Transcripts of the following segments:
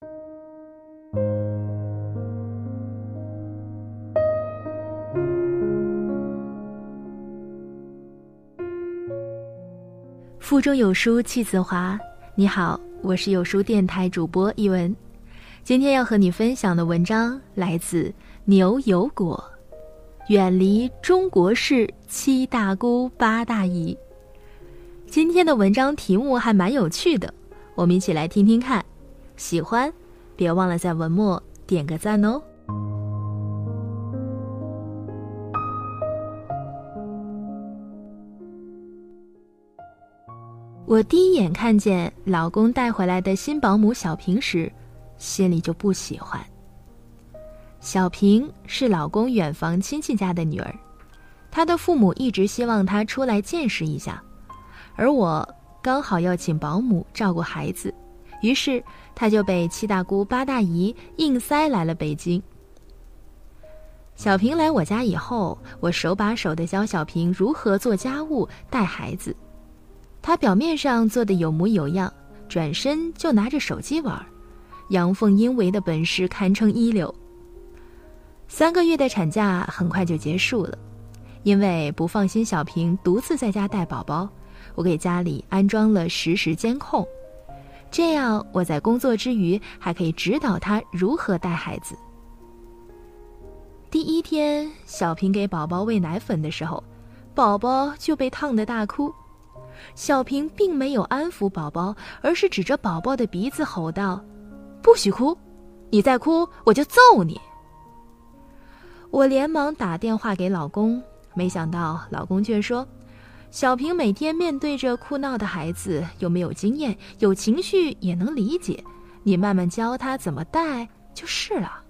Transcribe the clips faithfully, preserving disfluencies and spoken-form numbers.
腹中有书气自华。你好，我是有书电台主播一文。今天要和你分享的文章来自牛油果，远离中国式七大姑八大姨。今天的文章题目还蛮有趣的，我们一起来听听看。喜欢别忘了在文末点个赞哦。我第一眼看见老公带回来的新保姆小平时，心里就不喜欢。小平是老公远房亲戚家的女儿，她的父母一直希望她出来见识一下，而我刚好要请保姆照顾孩子，于是她就被七大姑八大姨硬塞来了北京。小平来我家以后，我手把手地教小平如何做家务带孩子。他表面上做得有模有样，转身就拿着手机玩，阳奉阴违的本事堪称一流。三个月的产假很快就结束了，因为不放心小平独自在家带宝宝，我给家里安装了实时监控，这样我在工作之余还可以指导他如何带孩子。第一天，小平给宝宝喂奶粉的时候，宝宝就被烫得大哭。小平并没有安抚宝宝，而是指着宝宝的鼻子吼道：“不许哭，你再哭我就揍你！”我连忙打电话给老公，没想到老公却说：“小平每天面对着哭闹的孩子，又没有经验，有情绪也能理解，你慢慢教他怎么带就是了。”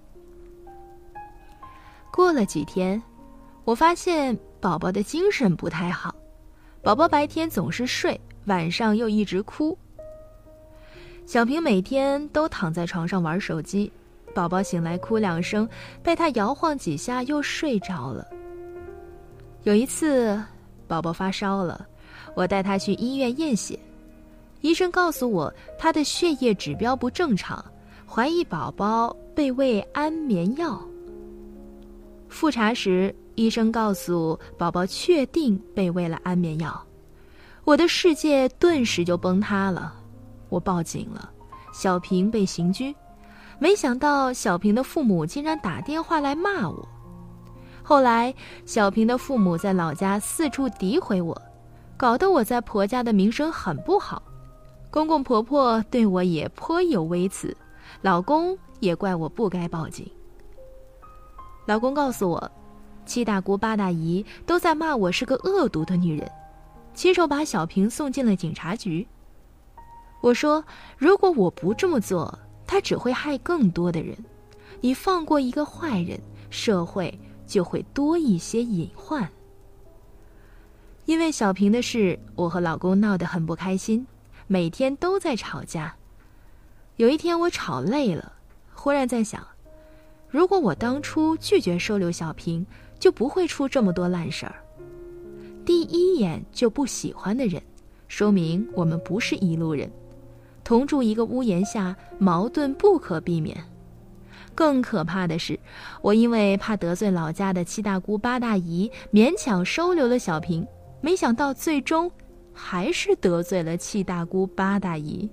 过了几天，我发现宝宝的精神不太好。宝宝白天总是睡，晚上又一直哭。小平每天都躺在床上玩手机，宝宝醒来哭两声，被他摇晃几下又睡着了。有一次，宝宝发烧了，我带他去医院验血，医生告诉我他的血液指标不正常，怀疑宝宝被喂安眠药。复查时，医生告诉宝宝确定被喂了安眠药，我的世界顿时就崩塌了。我报警了，小平被刑拘，没想到小平的父母竟然打电话来骂我。后来小平的父母在老家四处诋毁我，搞得我在婆家的名声很不好，公公婆婆对我也颇有微词，老公也怪我不该报警。老公告诉我，七大姑八大姨都在骂我是个恶毒的女人，亲手把小平送进了警察局。我说，如果我不这么做，他只会害更多的人，你放过一个坏人，社会就会多一些隐患。因为小平的事，我和老公闹得很不开心，每天都在吵架。有一天我吵累了，忽然在想，如果我当初拒绝收留小平，就不会出这么多烂事儿。第一眼就不喜欢的人，说明我们不是一路人，同住一个屋檐下，矛盾不可避免。更可怕的是，我因为怕得罪老家的七大姑八大姨，勉强收留了小平，没想到最终还是得罪了七大姑八大姨。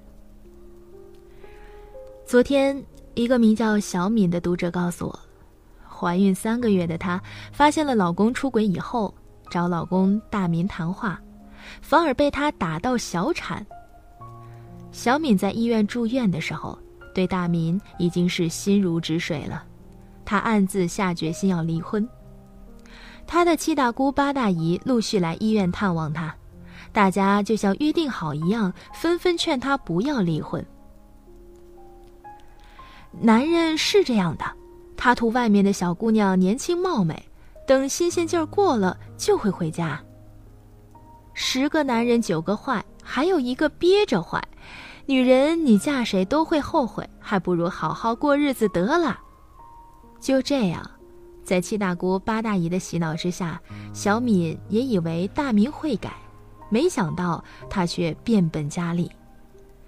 昨天一个名叫小敏的读者告诉我，怀孕三个月的她发现了老公出轨以后，找老公大民谈话，反而被他打到小产。小敏在医院住院的时候，对大民已经是心如止水了，她暗自下决心要离婚。她的七大姑八大姨陆续来医院探望她，大家就像约定好一样，纷纷劝她不要离婚。男人是这样的，他图外面的小姑娘年轻貌美，等新鲜劲儿过了就会回家。十个男人九个坏，还有一个憋着坏。女人你嫁谁都会后悔，还不如好好过日子得了。就这样，在七大姑八大姨的洗脑之下，小敏也以为大民会改，没想到他却变本加厉。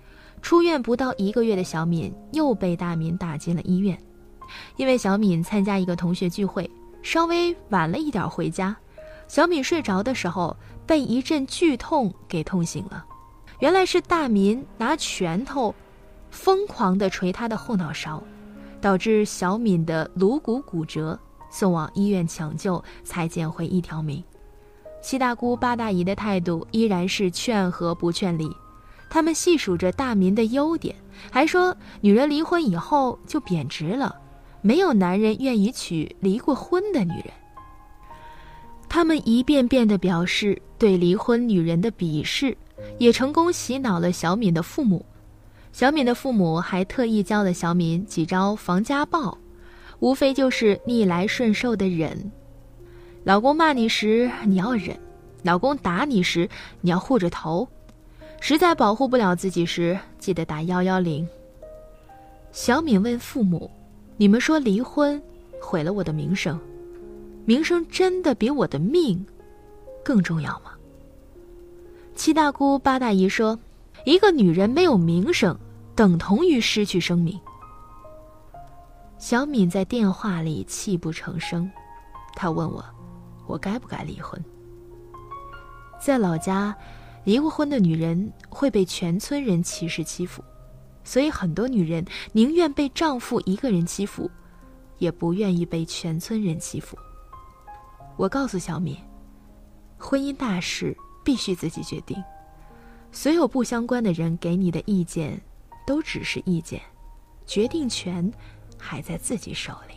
出院不到一个月的小敏又被大民打进了医院。因为小敏参加一个同学聚会，稍微晚了一点回家，小敏睡着的时候被一阵剧痛给痛醒了。原来是大民拿拳头疯狂地捶她的后脑勺，导致小敏的颅骨骨折，送往医院抢救，才捡回一条命。七大姑八大姨的态度依然是劝和不劝离，他们细数着大民的优点，还说女人离婚以后就贬值了，没有男人愿意娶离过婚的女人。他们一遍遍地表示对离婚女人的鄙视，也成功洗脑了小敏的父母。小敏的父母还特意教了小敏几招防家暴，无非就是逆来顺受的忍。老公骂你时你要忍，老公打你时你要护着头，实在保护不了自己时记得打一一零。小敏问父母，你们说离婚毁了我的名声，名声真的比我的命更重要吗？七大姑八大姨说，一个女人没有名声等同于失去生命。小敏在电话里泣不成声，她问我，我该不该离婚？在老家，离过婚的女人会被全村人歧视欺负，所以很多女人宁愿被丈夫一个人欺负，也不愿意被全村人欺负。我告诉小敏，婚姻大事必须自己决定，所有不相关的人给你的意见都只是意见，决定权还在自己手里。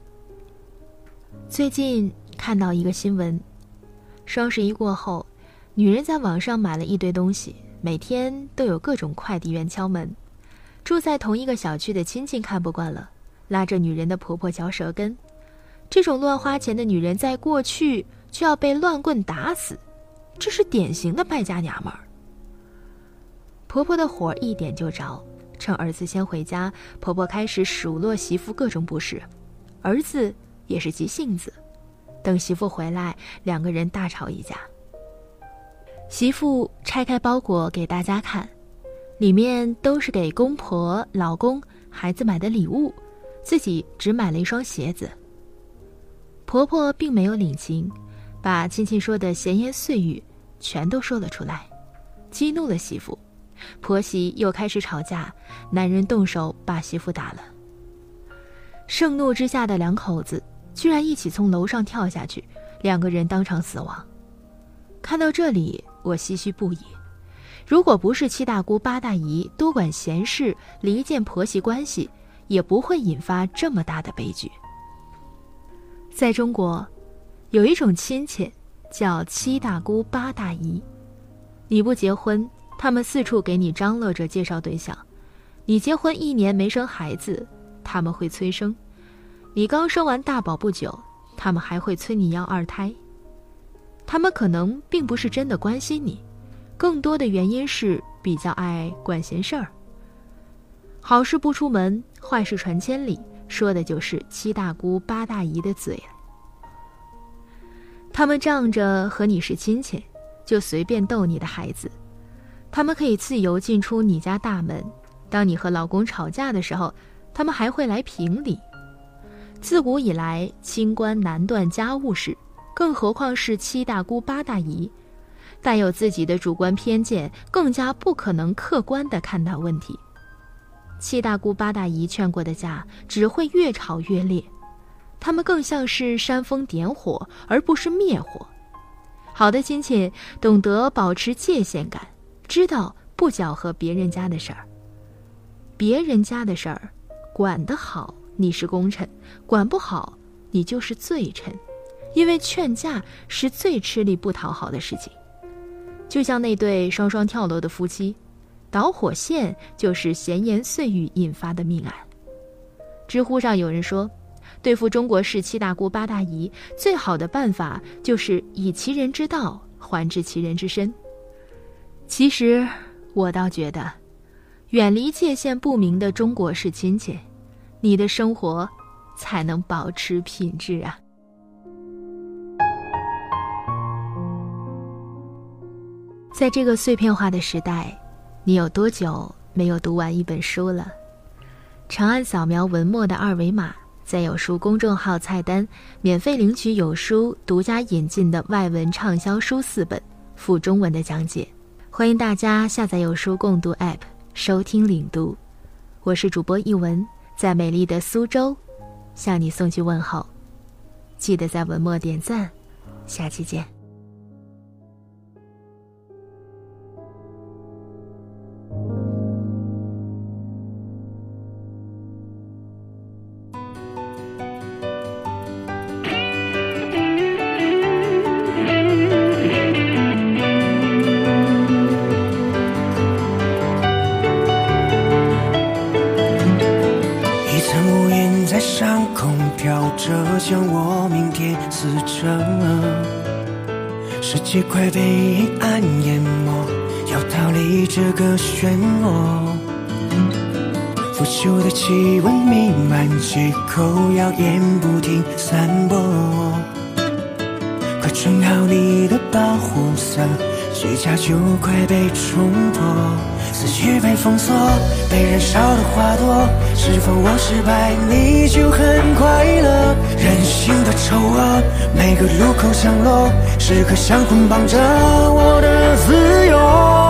最近看到一个新闻，双十一过后，女人在网上买了一堆东西，每天都有各种快递员敲门。住在同一个小区的亲戚看不惯了，拉着女人的婆婆嚼舌根。这种乱花钱的女人在过去就要被乱棍打死，这是典型的败家娘们儿。婆婆的火一点就着，趁儿子先回家，婆婆开始数落媳妇各种不是。儿子也是急性子，等媳妇回来，两个人大吵一架。媳妇拆开包裹给大家看，里面都是给公婆、老公、孩子买的礼物，自己只买了一双鞋子。婆婆并没有领情，把亲戚说的闲言碎语全都说了出来，激怒了媳妇。婆媳又开始吵架，男人动手把媳妇打了。盛怒之下的两口子居然一起从楼上跳下去，两个人当场死亡。看到这里，我唏嘘不已。如果不是七大姑八大姨多管闲事，离间婆媳关系，也不会引发这么大的悲剧。在中国，有一种亲戚叫七大姑八大姨，你不结婚，他们四处给你张罗着介绍对象；你结婚一年没生孩子，他们会催生；你刚生完大宝不久，他们还会催你要二胎。他们可能并不是真的关心你，更多的原因是比较爱管闲事儿。好事不出门，坏事传千里，说的就是七大姑八大姨的嘴。他们仗着和你是亲戚，就随便逗你的孩子。他们可以自由进出你家大门，当你和老公吵架的时候，他们还会来评理。自古以来，清官难断家务事，更何况是七大姑八大姨，带有自己的主观偏见，更加不可能客观地看待问题。七大姑八大姨劝过的架，只会越吵越烈，他们更像是煽风点火，而不是灭火。好的亲戚懂得保持界限感，知道不搅和别人家的事儿。别人家的事儿，管得好你是功臣，管不好你就是罪臣，因为劝架是最吃力不讨好的事情。就像那对双双跳楼的夫妻，导火线就是闲言碎语引发的命案。知乎上有人说，对付中国式七大姑八大姨，最好的办法就是以其人之道还治其人之身。其实我倒觉得，远离界限不明的中国式亲戚，你的生活才能保持品质啊。在这个碎片化的时代，你有多久没有读完一本书了。长按扫描文末的二维码，在有书公众号菜单免费领取有书独家引进的外文畅销书四本，附中文的讲解。欢迎大家下载有书共读 App 收听领读。我是主播一文，在美丽的苏州向你送去问候。记得在文末点赞，下期见。 上空飘着，将我明天撕扯。世界快被黑暗淹没，要逃离这个漩涡。腐朽的气温弥漫街口，谣言不停散播。快穿好你的保护色，虚假就快被冲破。思绪被封锁，被燃烧的花朵，是否我失败你就很快乐？人性的丑恶，每个路口降落，时刻想捆绑着我的自由。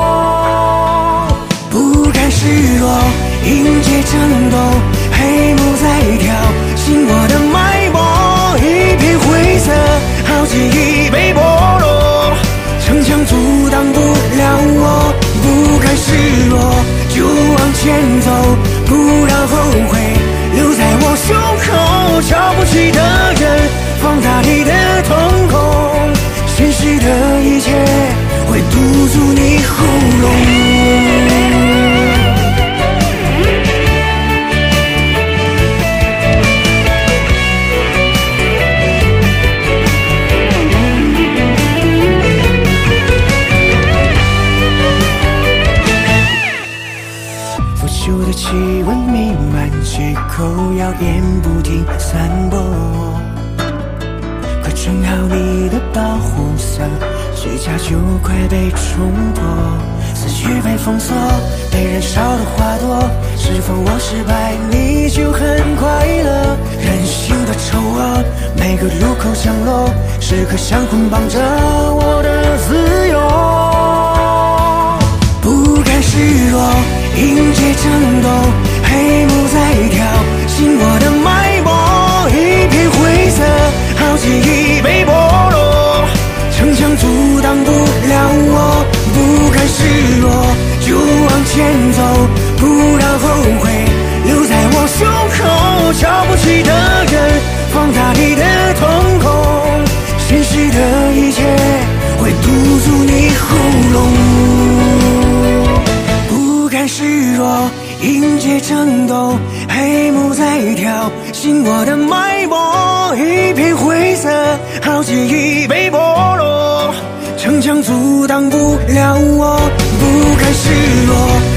不甘示弱，迎接争斗，黑幕在跳，紧握的脉搏，一片灰色，好记忆被剥落，城墙阻挡不了我。不甘示弱，就往前走，不让后悔留在我胸口。瞧不起的人，放大你的瞳孔，现实的一切会堵住你喉咙。旧的气温弥漫街口，谣言不停散播。快穿好你的保护色，虚假就快被冲破。思绪被封锁，被燃烧的花朵，是否我失败你就很快乐？人性的丑恶，每个路口降落，时刻想捆绑着我的自由。不甘示弱，迎接争斗，黑幕在跳，紧握的脉搏，一片灰色，好记忆被剥落，城墙阻挡不了我。不甘示弱，就往前走，不让后悔留在我胸口。瞧不起的人，放大你的瞳孔，现实的一切会堵住你喉咙。不甘示弱，迎接争斗，黑幕在跳，紧握的脉搏，一片灰色，好记忆被剥落，城墙阻挡不了我。不甘示弱，